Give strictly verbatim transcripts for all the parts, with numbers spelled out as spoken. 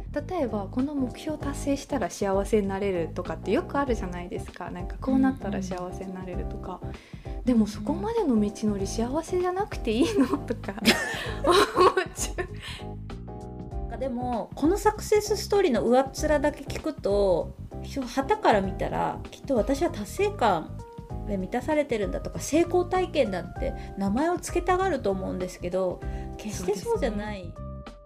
例えばこの目標達成したら幸せになれるとかってよくあるじゃないですか。なんかこうなったら幸せになれるとか、うんうん、でもそこまでの道のり幸せじゃなくていいのとか思っちゃう。 でもこのサクセスストーリーの上っ面だけ聞くと、旗から見たらきっと私は達成感で満たされてるんだとか成功体験だって名前を付けたがると思うんですけど、決してそうじゃない。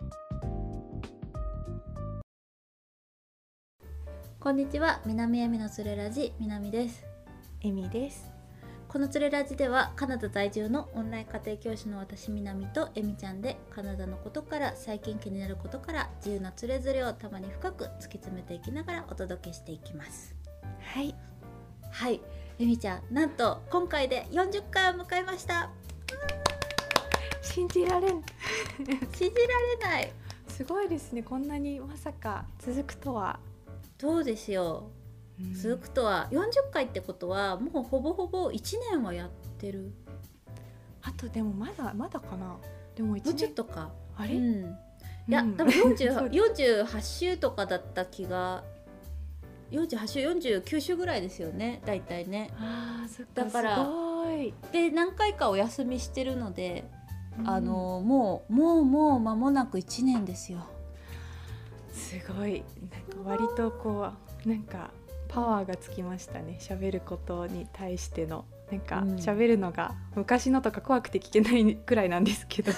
こんにちは、南えみのつれラジ、南です。 えみです。 このつれラジではカナダ在住のオンライン家庭教師の私南とえみちゃんで、カナダのことから最近気になることから自由なつれづれをたまに深く突き詰めていきながらお届けしていきます。 はいはい、えみちゃん、なんと今回でよんじゅっかいを迎えました。 信じられん信じられない。 すごいですね。こんなにまさか続くとは。 そうですよ、うん、続くとは。よんじゅっかいってことはもうほぼほぼいちねんはやってる。 あとでもまだまだかな。でもいちねんもうちょっとか。 あれ、 うん、いや、うん、多分よんじゅう よんじゅうはち週とかだった気が。よんじゅうはち週よんじゅうきゅう週ぐらいですよね、だいたいね。 あー、そっか。 だからすごい。 で何回かお休みしてるので、うん、あのもうもうもう間もなくいちねんですよ。 すごい。なんか割とこうなんかパワーがつきましたね。喋ることに対してのなんか喋るのが昔のとか怖くて聞けないくらいなんですけど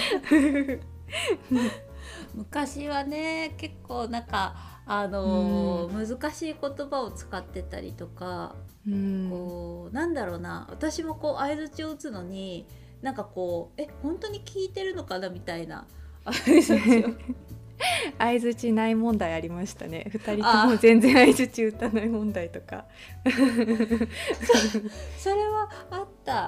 昔はね、結構なんかあのー、難しい言葉を使ってたりとか、うん、こうなんだろうな、私もこう相槌を打つのになんかこうえ本当に聞いてるのかなみたいな相槌を相槌ない問題ありましたね。ふたりとも全然相槌打たない問題とかそ, それはあった。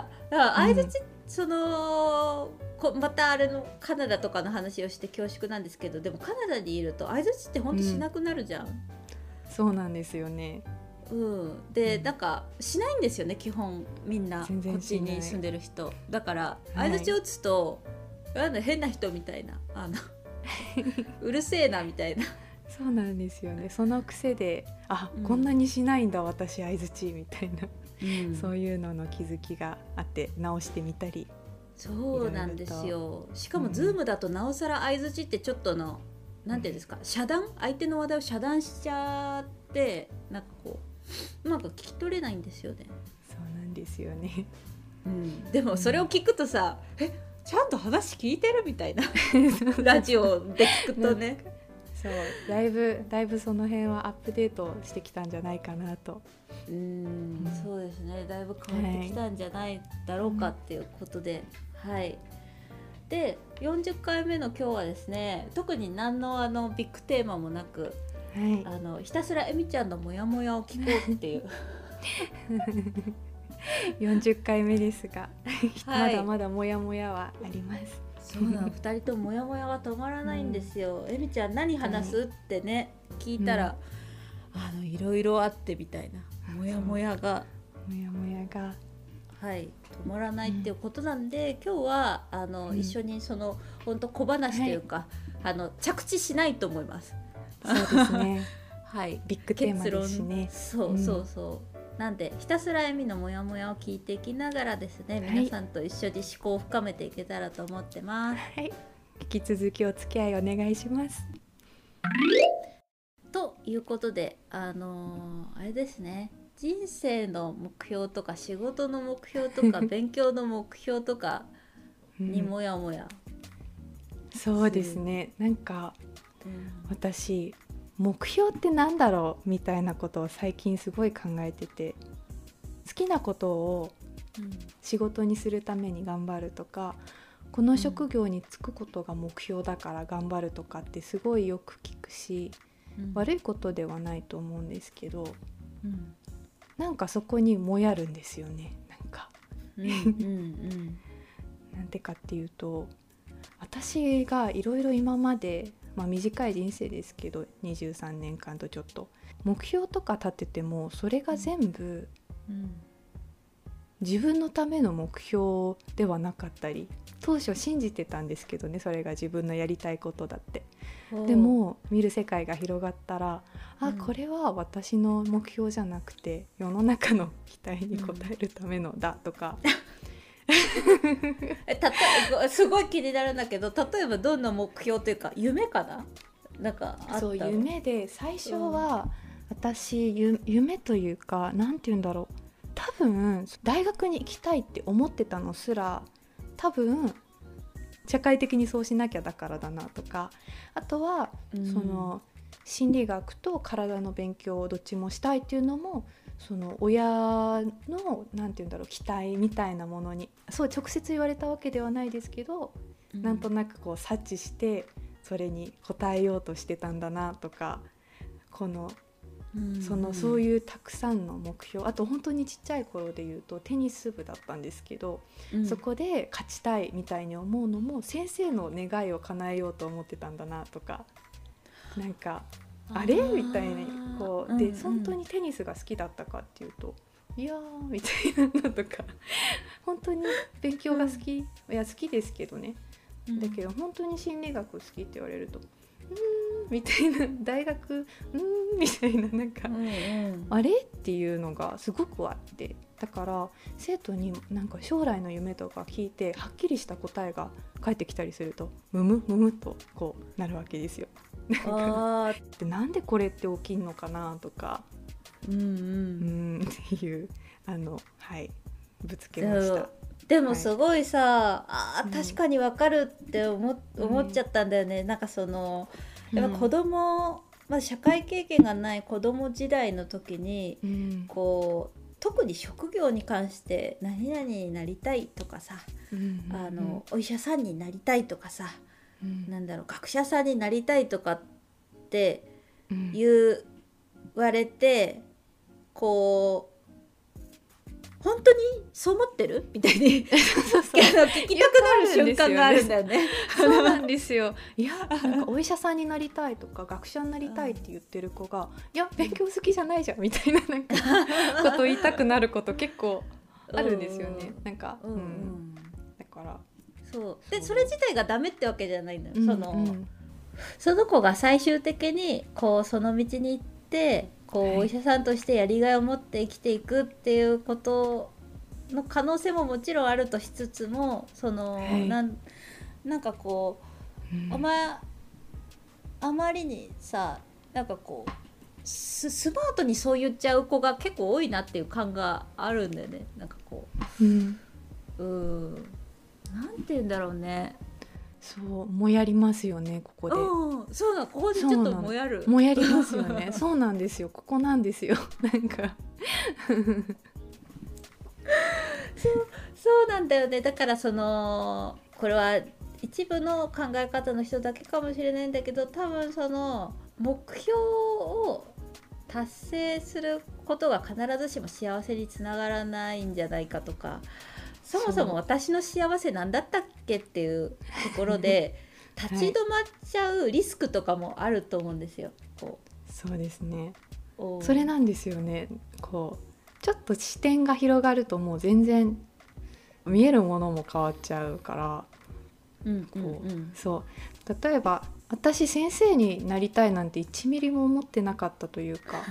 だから相槌、うん、そのこまたあれのカナダとかの話をして恐縮なんですけど、でもカナダにいると相槌って本当しなくなるじゃん、うん、 そうなんですよね。 うん、で、うん、なんかしないんですよね、基本みんなこっちに住んでる人だから相槌を打つと、はい、なん変な人みたいな、あのうるせえなみたいな。 そうなんですよね。その癖であ、うん、こんなにしないんだ私相槌みたいな、うん、そういうのの気づきがあって直してみたり。 そうなんですよ。しかも Zoom だとなおさら相槌ってちょっとの、うん、なんていうんですか、遮断、相手の話題を遮断しちゃって、なんかこうなんか聞き取れないんですよね。 そうなんですよね、 うん、でもそれを聞くとさ、うん、えちゃんと話聞いてるみたいなラジオで聞くとねそうだいぶだいぶその辺はアップデートしてきたんじゃないかなと。 うーん、うん、そうですね、だいぶ変わってきたんじゃないだろうかっていうことで、はい、はい、でよんじゅっかいめの今日はですね、特に何のあのビッグテーマもなく、はい、あのひたすらえみちゃんのモヤモヤを聞こうっていうよんじゅっかいめですが、はい、まだまだモヤモヤはあります。 そうなの、ふたりともモヤモヤが止まらないんですよ、うん、えみちゃん何話す、はい、ってね聞いたら、うん、あのいろいろあってみたいなモヤモヤがモヤモヤがはい止まらないっていうことなんで、うん、今日はあの、うん、一緒にその本当小話というか、はい、あの着地しないと思います。 そうですねはい、 ビッグテーマですしね。 そうそうそう、うん、なんでひたすらえみのモヤモヤを聞いていきながらですね、はい、皆さんと一緒に思考を深めていけたらと思ってます。 はい、引き続きお付き合いお願いします。 ということで、あのー、あれですね、人生の目標とか仕事の目標とか勉強の目標とかにモヤモヤ、 うん、そうですね。なんか、うん、私目標ってなんだろうみたいなことを最近すごい考えてて、好きなことを仕事にするために頑張るとか、この職業に就くことが目標だから頑張るとかってすごいよく聞くし、うん、悪いことではないと思うんですけど、うん、なんかそこにもやるんですよね。なんか、うんうんうん、なんてかっていうと、私がいろいろ今までまあ、短い人生ですけどにじゅうさんねんかんとちょっと目標とか立ててもそれが全部自分のための目標ではなかったり、当初信じてたんですけどね、それが自分のやりたいことだって。でも見る世界が広がったら、あ、これは私の目標じゃなくて世の中の期待に応えるためのだとか、 えたとすごい気になるんだけど、例えばどんな目標というか夢かな、なんかあったの？ そう夢で最初は、うん、私ゆ夢というかなんて言うんだろう、多分大学に行きたいって思ってたのすら多分社会的にそうしなきゃだからだなとか、あとは、うん、その心理学と体の勉強をどっちもしたいっていうのもその親のなんて言うんだろう期待みたいなものにそう直接言われたわけではないですけど、うん、なんとなくこう察知してそれに応えようとしてたんだなとか、このそのそういうたくさんの目標、あと本当にちっちゃい頃で言うとテニス部だったんですけど、うん、そこで勝ちたいみたいに思うのも先生の願いを叶えようと思ってたんだなとか、なんかあれみたいにこうで、うんうん、本当にテニスが好きだったかっていうといやーみたいなのとか本当に勉強が好き、うん、いや好きですけどね、うん、だけど本当に心理学好きって言われるとうーんみたいな、大学うーんみたいな、なんか、うんうん、あれっていうのがすごくあって、だから生徒になんか将来の夢とか聞いてはっきりした答えが返ってきたりするとむむむむとこうなるわけですよ。なんかでなんでこれって起きんのかなとか、うんうん、うんっていうあのはいぶつけました。 でもすごいさ、はい、あ確かに分かるって思、うん、思っちゃったんだよね。なんかそのやっぱ子供、うんまあ、社会経験がない子供時代の時に、うん、こう特に職業に関して何々になりたいとかさ、うんうんうん、あのお医者さんになりたいとかさ、うん、なんだろう学者さんになりたいとかって言われて、うん、こう本当にそう思ってるみたいにそうそう聞きたくなる瞬間があるんだよね。 そうなんですよ。いやなんかお医者さんになりたいとか学者になりたいって言ってる子が、いや勉強好きじゃないじゃんみたいななんかこと言いたくなること結構あるんですよね。なんか、うんうん、だからそうでそれ自体がダメってわけじゃないのよ。うんうん、そのその子が最終的にこうその道に行ってこうお医者さんとしてやりがいを持って生きていくっていうことの可能性ももちろんあるとしつつも、その、はい、なん、なんかこう、うん、あまあまりにさなんかこう ス, スマートにそう言っちゃう子が結構多いなっていう感があるんだよね。なんかこう、うん、うんなんて言うんだろうね。 そうもやりますよねここで。 うん、そうなここでちょっともやる。 もやりますよね。そうなんですよ。ここなんですよ。なんかそうそうなんだよね。だからそのこれは一部の考え方の人だけかもしれないんだけど、多分その目標を達成することが必ずしも幸せにつながらないんじゃないかとか。そもそも私の幸せなんだったっけっていうところで立ち止まっちゃうリスクとかもあると思うんですよ。こうそうですね。それなんですよね。こうちょっと視点が広がるともう全然見えるものも変わっちゃうから、うんうんうん、こうそう例えば私先生になりたいなんていちミリも思ってなかったというか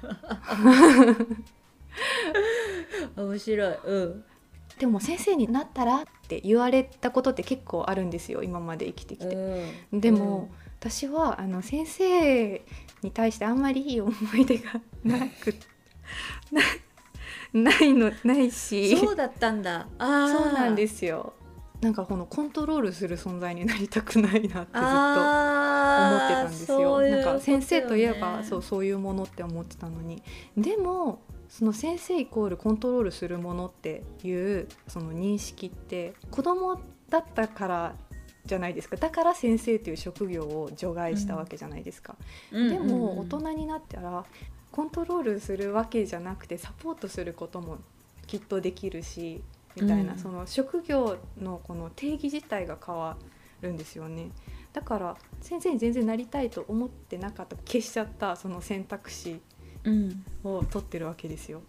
面白い、うん、 でも先生になったらって言われたことって結構あるんですよ今まで生きてきて、うん、でも、うん、私はあの先生に対してあんまりいい思い出がなくな, ないのないし。 そうだったんだ。あそうなんですよ。なんかこのコントロールする存在になりたくないなってずっと思ってたんですよ。 ういうなんか先生といえばそう、そういうものって思ってたのに、でもその先生イコールコントロールするものっていうその認識って子供だったからじゃないですか。だから先生という職業を除外したわけじゃないですか、うん、でも大人になったらコントロールするわけじゃなくてサポートすることもきっとできるしみたいな、うん、その職業のこの定義自体が変わるんですよね。だから先生に全然なりたいと思ってなかった消しちゃったその選択肢を取ってるわけですよ。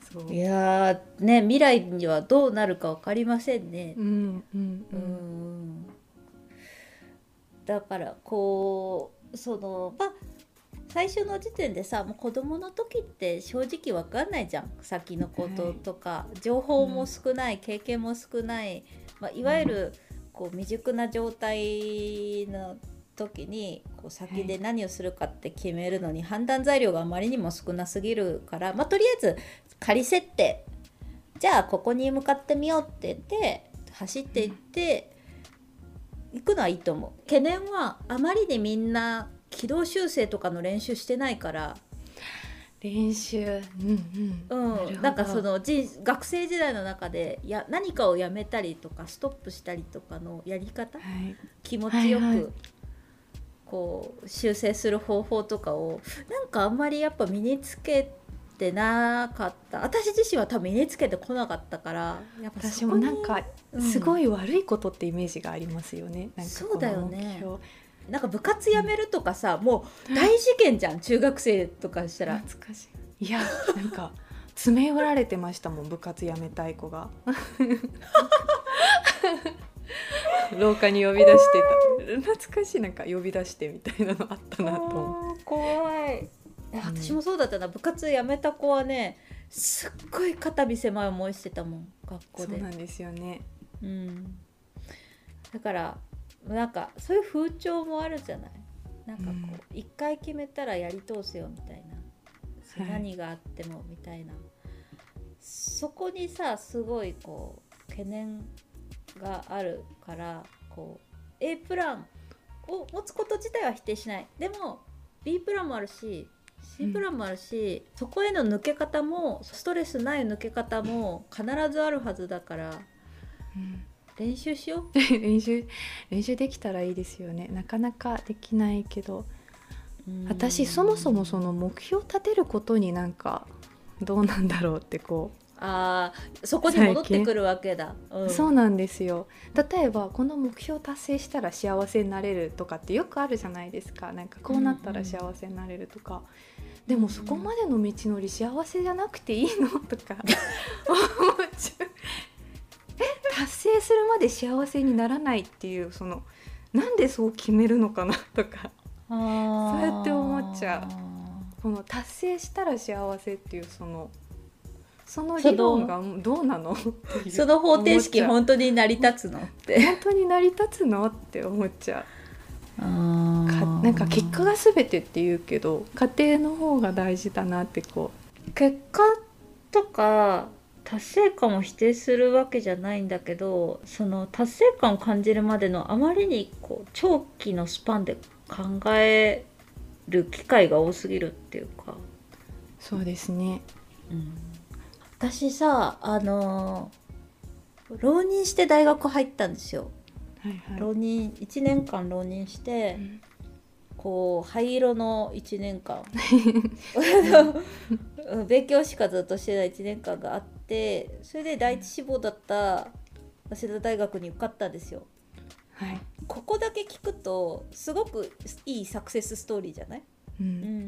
いやーね、未来にはどうなるか分かりませんね。 うんうんうん、 うんだからこうそのまあ最初の時点でさ、もう子供の時って正直分かんないじゃん、先のこととか、はい、情報も少ない、うん、経験も少ない、まあ、いわゆるこう未熟な状態の時にこう先で何をするかって決めるのに判断材料があまりにも少なすぎるから、まあ、とりあえず仮設定、じゃあここに向かってみようって言って走っていって行くのはいいと思う。懸念はあまりにみんな軌道修正とかの練習してないから。 練習、うんうん、 うん、な, なんかその学生時代の中でや何かをやめたりとかストップしたりとかのやり方、はい、気持ちよく、はいはい、こう修正する方法とかをなんかあんまりやっぱ身につけてなかった。私自身は多分身につけてこなかったから、やっぱ私もなんかすごい悪いことってイメージがありますよね、 うん、なんかこの目標。そうだよね。なんか部活やめるとかさ、うん、もう大事件じゃん、中学生とかしたら。 懐かしい。いやなんか詰め寄られてましたもん、部活やめたい子が廊下に呼び出してた。懐かしい、なんか呼び出してみたいなのあったなと思って。 怖い。私もそうだったな、部活やめた子はねすっごい肩身狭い思いしてたもん、学校で。 そうなんですよね、 うん、だからなんかそういう風潮もあるじゃない。なんかこう一、うん、回決めたらやり通すよみたいな、はい、何があってもみたいな、そこにさすごいこう懸念があるから、こう A プランを持つこと自体は否定しない。でも B プランもあるし C プランもあるし、うん、そこへの抜け方もストレスない抜け方も必ずあるはずだから、うん練習しよう練習練習できたらいいですよね。なかなかできないけど、私そもそもその目標を立てることになんかどうなんだろうってこう、 あーそこに戻ってくるわけだ、 うん、そうなんですよ。例えばこの目標を達成したら幸せになれるとかってよくあるじゃないですか。なんかこうなったら幸せになれるとか、うんうん、でもそこまでの道のり幸せじゃなくていいのとか思っちゃう。達成するまで幸せにならないっていう、そのなんでそう決めるのかなとか、あそうやって思っちゃう。この達成したら幸せっていうそのその理論がどうなのっていう、 その方程式本当に成り立つのって本当に成り立つのって思っちゃう。あかなんか結果が全てって言うけど、過程の方が大事だなってこう。結果とか達成感を否定するわけじゃないんだけど、その達成感を感じるまでのあまりにこう長期のスパンで考える機会が多すぎるっていうか。 そうですね、 うん、私さあの浪人して大学入ったんですよ、はいはい、浪人いちねんかん浪人して、うん、こう灰色のいちねんかん勉強しかずっとしてないいちねんかんがあって、それで第一志望だった早稲田大学に受かったんですよ、はい、ここだけ聞くとすごくいいサクセスストーリーじゃない、うんうん、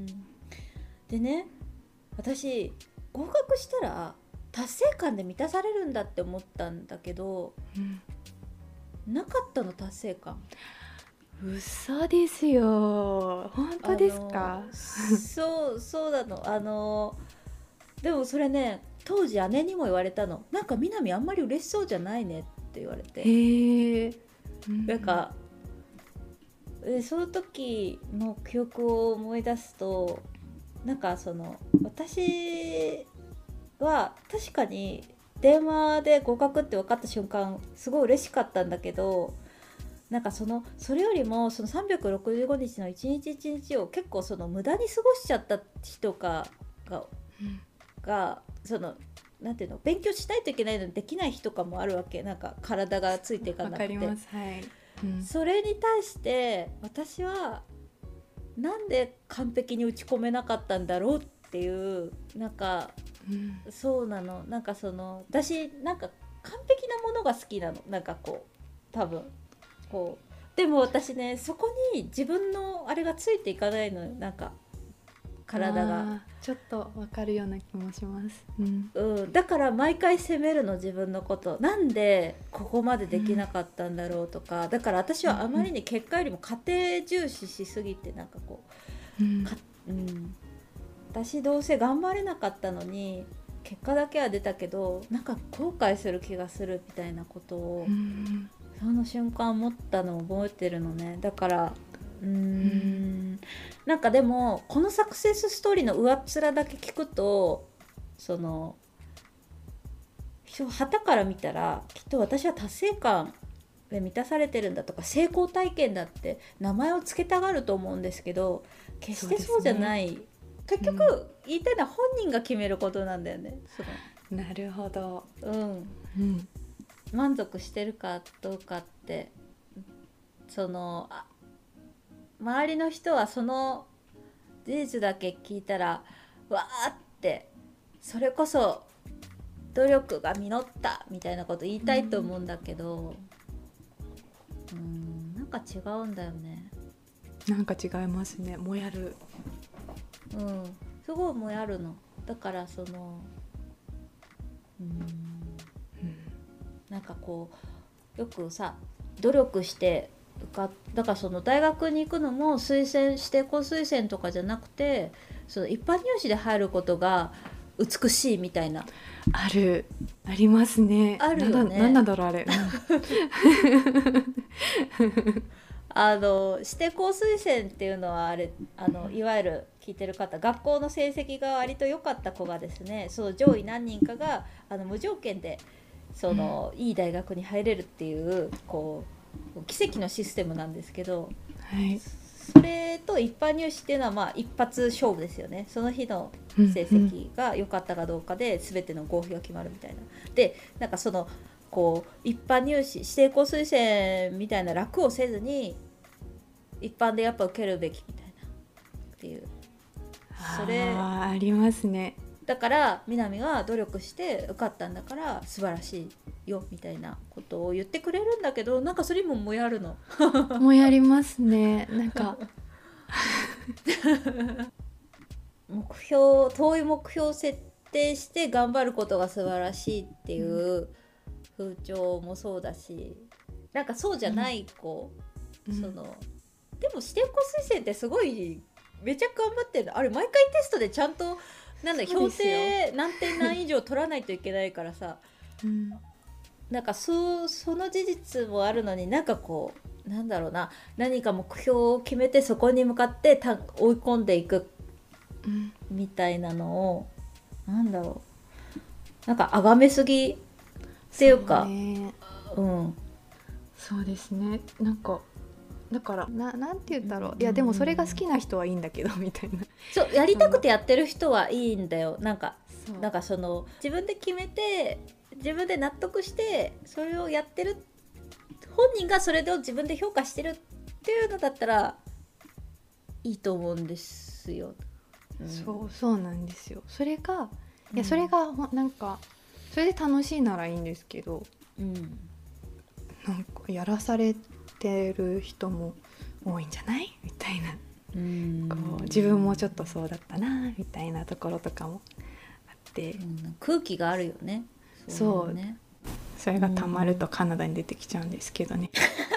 でね、私合格したら達成感で満たされるんだって思ったんだけど、うん、なかったの達成感。 嘘ですよ。本当ですか？ そうそうなの。あのでもそれね、当時姉にも言われたの。なんか南あんまり嬉しそうじゃないねって言われて。へえ。なんかでその時の記憶を思い出すと、なんかその私は確かに電話で合格って分かった瞬間すごい嬉しかったんだけど、なんかそのそれよりもそのさんびゃくろくじゅうごにちの一日一日を結構その無駄に過ごしちゃった人がが、うん、がそのなんていうの、勉強しないといけないのにできない日とかもあるわけ。なんか体がついていかなくて。わかります、はいうん、それに対して私はなんで完璧に打ち込めなかったんだろうっていう、なんか、うん、そうなの。なんかその私なんか完璧なものが好きなの。なんかこう多分こうでも私ね、そこに自分のあれがついていかないのよ。なんか体が。 ちょっと分かるような気もします、うんうん、だから毎回責めるの、自分のこと。なんでここまでできなかったんだろうとか、うん、だから私はあまりに結果よりも過程重視しすぎて、なんかこう、うんうん、私どうせ頑張れなかったのに結果だけは出たけどなんか後悔する気がするみたいなことを、うん、その瞬間思ったのを覚えてるのね。だからうーん、うん、なんかでもこのサクセスストーリーの上っ面だけ聞くと、その旗から見たらきっと私は達成感で満たされてるんだとか成功体験だって名前を付けたがると思うんですけど、決してそうじゃない、ね、結局、うん、言いたいのは本人が決めることなんだよね。そのなるほど、 うんうん、満足してるかどうかって、そのあ周りの人はその事実だけ聞いたらわーってそれこそ努力が実ったみたいなこと言いたいと思うんだけど、うん、うんなんか違うんだよね。 なんか違いますね。もやる、 うん、すごいもやるの。だからそのうん、うん、なんかこうよくさ努力してだからその大学に行くのも推薦指定校推薦とかじゃなくて、その一般入試で入ることが美しいみたいな、 あるありますね。 あるよね。 なんなんだろうあれあの指定校推薦っていうのはあれあのいわゆる聞いてる方、学校の成績が割と良かった子がですね、その上位何人かがあの無条件でその、うん、いい大学に入れるっていうこう奇跡のシステムなんですけど、 はい、 それと一般入試っていうのはまあ一発勝負ですよね。その日の成績が良かったかどうかで全ての合否が決まるみたいな。でなんかそのこう一般入試指定校推薦みたいな楽をせずに一般でやっぱ受けるべきみたいなっていう、 それ あ, ありますね。 だから南は努力して受かったんだから素晴らしいよみたいなことを言ってくれるんだけど、なんかそれももやるのもやりますね。なんか目標遠い目標を設定して頑張ることが素晴らしいっていう風潮もそうだし、なんかそうじゃない子、うん、そのでも指定校推薦ってすごいめちゃ頑張ってるの。あれ毎回テストでちゃんとなんだ評定何点何以上取らないといけないからさ、うん、なんか そ, その事実もあるのに、なんかこうなんだろうな、何か目標を決めてそこに向かってた追い込んでいくみたいなのを、うん、なんだろう、なんか崇めすぎっていうか、そうね、うん、 そうですね。なんかだからななんて言ったろう、いやでもそれが好きな人はいいんだけどみたいな。 そうやりたくてやってる人はいいんだよ。なんかなんかその自分で決めて自分で納得してそれをやってる本人がそれを自分で評価してるっていうのだったらいいと思うんですよ。 うん、そうそうなんですよ。それがいやそれがなんかそれで楽しいならいいんですけど、うん、なんかやらされてる人も多いんじゃないみたいな、うん、こう自分もちょっとそうだったなみたいなところとかもあって、うん、 空気があるよね。 そうね。それがたまるとカナダに出てきちゃうんですけどね。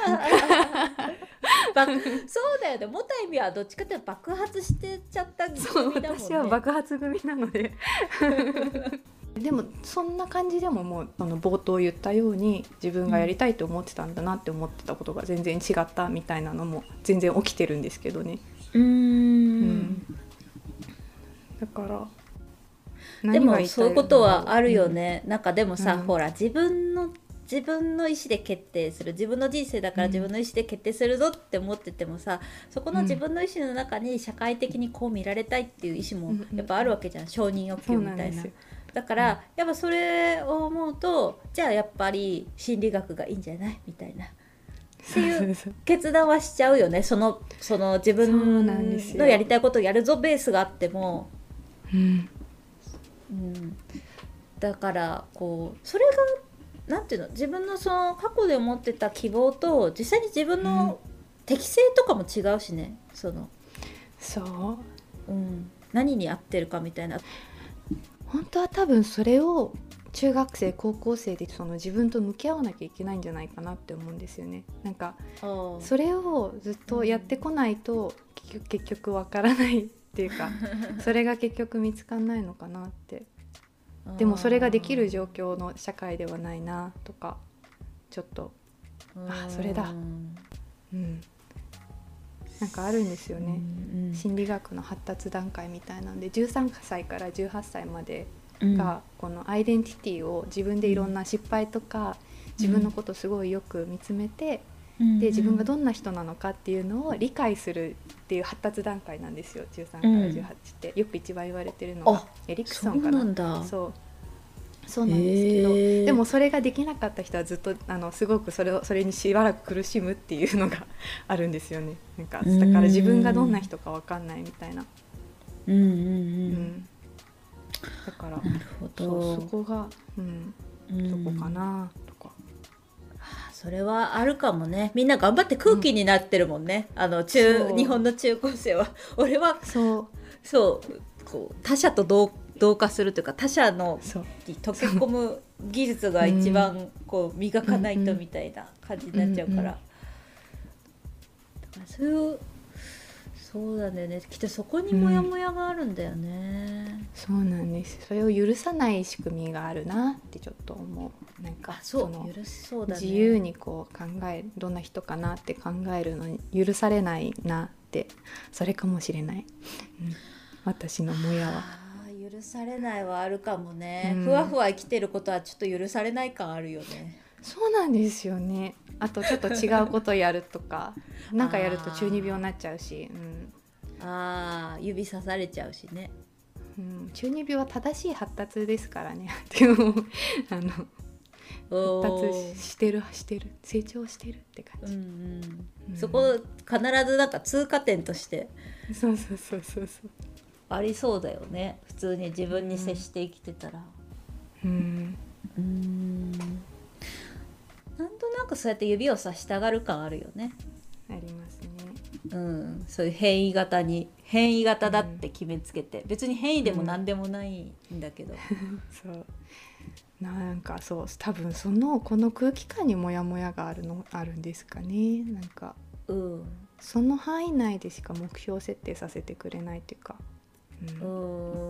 そうだよね。もたいみはどっちかというと爆発してちゃった組だもんね。 私は爆発組なのででもそんな感じでももうその冒頭言ったように自分がやりたいと思ってたんだなって思ってたことが全然違ったみたいなのも全然起きてるんですけどね。 うーん、うん、 だからでもそういうことはあるよね、うん、なんかでもさ、うん、ほら自分の自分の意思で決定する、自分の人生だから自分の意思で決定するぞって思っててもさ、そこの自分の意思の中に社会的にこう見られたいっていう意思もやっぱあるわけじゃん、承認欲求みたいな。だから、うん、やっぱそれを思うとじゃあやっぱり心理学がいいんじゃないみたいなっていう決断はしちゃうよね。その、その自分のやりたいことをやるぞベースがあっても、うんうん、だからこうそれがなんていうの、自分のその過去で思ってた希望と実際に自分の適性とかも違うしね。そのそう、 うん、 何に合ってるかみたいな。 本当は多分それを中学生高校生でその自分と向き合わなきゃいけないんじゃないかなって思うんですよね。なんかそれをずっとやってこないと結局、結局わからないっていうかそれが結局見つかんないのかなって。でもそれができる状況の社会ではないなとかちょっとあそれだうんなんかあるんですよね、うんうん、心理学の発達段階みたいなんでじゅうさんさいからじゅうはっさいまでが、うん、このアイデンティティを自分でいろんな失敗とか、うん、自分のことすごいよく見つめて、うん、で自分がどんな人なのかっていうのを理解するっていう発達段階なんですよ。じゅうさんからじゅうはちって、うん、よく一番言われてるのがエリクソンかな。 そうなんだ。 そうそうなんですけど、でもそれができなかった人はずっとあのすごくそれをそれにしばらく苦しむっていうのがあるんですよね。なんかだから自分がどんな人か分かんないみたいな。 うんうんうん。うん、 だからなるほど。 そ, そこが、うん、そこかなとか。 それはあるかもね。みんな頑張って空気になってるもんね。うん、あの中日本の中高生は俺はそうそうこう他者と同同化するというか他者のに溶け込む技術が一番こう磨かないとみたいな感じになっちゃうから、だからそういうそうなんだよね。きっとそこにモヤモヤがあるんだよね、 うん、そうなんです。それを許さない仕組みがあるなってちょっと思う。なんかそうその許そうだね、 自由にこう考えどんな人かなって考えるのに許されないなってそれかもしれない、うん、私のモヤは。 許されないはあるかもね、うん、ふわふわ生きてることはちょっと許されない感あるよね。 そうなんですよね。あとちょっと違うことやるとかなんかやると中二病になっちゃうし、 うん、あ指さされちゃうしね、 うん、中二病は正しい発達ですからねでもあの発達してるしてる成長してるって感じ、うんうんうん、そこ必ずなんか通過点としてそうそうそうそうそうありそうだよね。普通に自分に接して生きてたら、 うん、 うーんなんとなくそうやって指をさしたがる感あるよね。 ありますね、 うん、そういう変異型に変異型だって決めつけて、うん、別に変異でも何でもないんだけど、 うん、そうなんかそう多分そのこの空気感にモヤモヤがあるのあるんですかね。なんか、 うん、 その範囲内でしか目標設定させてくれないっていうか、 うんうんうん、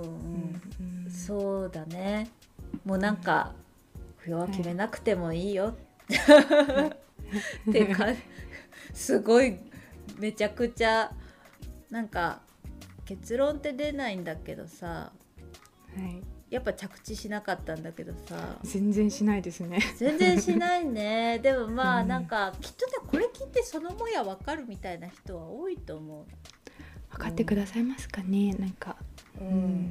そうだね。もうなんか目標は決めなくてもいいよ、はい、っていうかすごいめちゃくちゃなんか結論って出ないんだけどさ、 はい、 やっぱ着地しなかったんだけどさ。 全然しないですね全然しないねでもまあなんか、うん、きっとねこれ聞いてそのもや分かるみたいな人は多いと思う。 分かってくださいますかね、うん、なんか、 うん、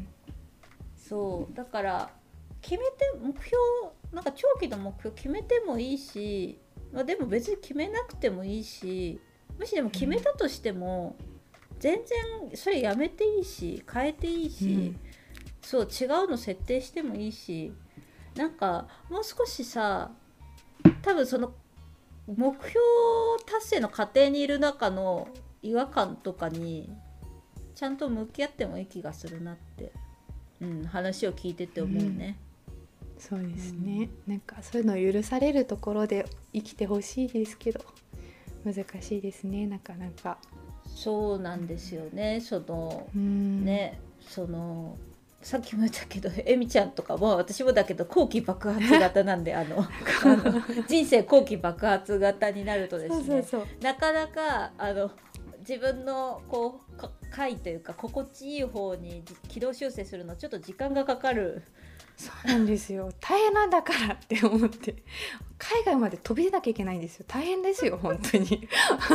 そうだから決めて目標なんか長期の目標決めてもいいし、まあ、でも別に決めなくてもいいし、もしでも決めたとしても、うん、全然それやめていいし変えていいし、うん、そう違うの設定してもいいし、なんかもう少しさ多分その目標達成の過程にいる中の違和感とかにちゃんと向き合ってもいい気がするなって、うん、話を聞いてて思うね、 うん、そうですね、うん、なんかそういうのを許されるところで生きてほしいですけど難しいですねなかなか。 そうなんですよね。その、うん、ねそのさっきも言ったけどエミちゃんとかも私もだけど後期爆発型なんであのあの人生後期爆発型になるとですね、そうそうそうなかなかあの自分のこう回というか心地いい方に軌道修正するのちょっと時間がかかる。 そうなんですよ大変なんだからって思って海外まで飛び出なきゃいけないんですよ。大変ですよ本当に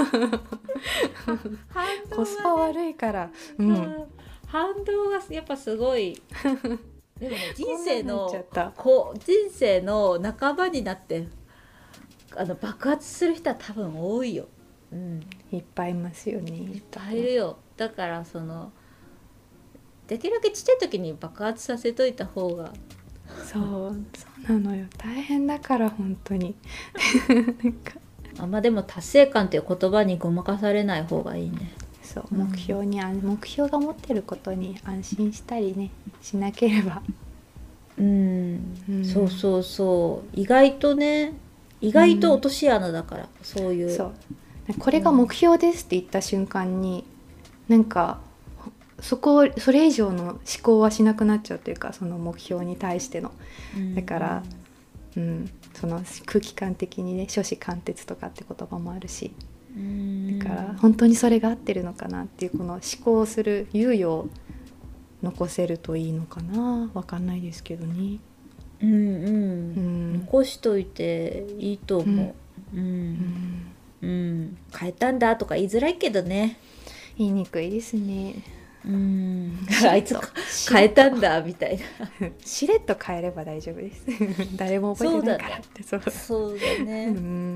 コスパ悪いから、うん、 反動がやっぱすごいでもね人生のこう人生の半ばになってあの爆発する人は多分多いよ、 うん、いっぱいいますよね。 いっぱいいるよ。だからそのできるだけちっちゃい時に爆発させといた方がそうそうなのよ大変だから本当になんかあんまでも達成感っていう言葉にごまかされない方がいいね。 そう目標に、うん、目標が持ってることに安心したりねしなければ、 うんうん、そうそうそう意外とね意外と落とし穴だから、うん、そういうそうこれが目標ですって言った瞬間に、うん、なんかそこそれ以上の思考はしなくなっちゃうというかその目標に対しての、うん、だから、うん、その空気感的にね初子貫徹とかって言葉もあるし、うん、だから本当にそれが合ってるのかなっていうこの思考する猶予を残せるといいのかな分かんないですけどね。 うんうん、うん、残しといていいと思う、うんうんうん、変えたんだとか言いづらいけどね言いにくいですね。 うんあいつ変えたんだみたいなしれっと変えれば大丈夫です誰も覚えてないからってそうだね、そうそうだね、うん、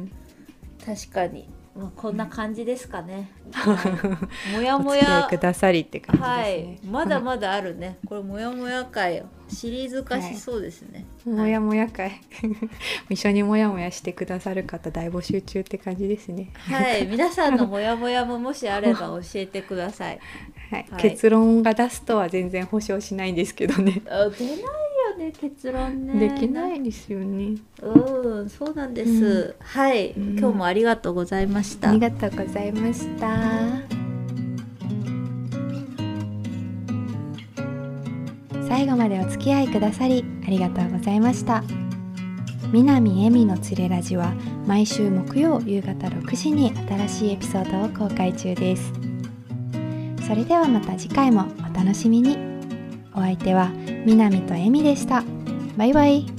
確かに、まあ、こんな感じですかね、うんはい、もやもやお付き合いくださりって感じですね、はい、 まだまだあるねこれもやもや会シリーズ化しそうですね、 はい、もやもや会一緒にもやもやしてくださる方大募集中って感じですねはい皆さんのもやもやももしあれば教えてくださいはいはい、結論が出すとは全然保証しないんですけどねあ出ないよね結論ねできないですよねうんそうなんです、うん、はい、うん、今日もありがとうございましたありがとうございました最後までお付き合いくださりありがとうございました南恵美のつれラジは毎週木曜夕方ろくじに新しいエピソードを公開中ですそれではまた次回もお楽しみに。お相手は南と恵美でした。バイバイ。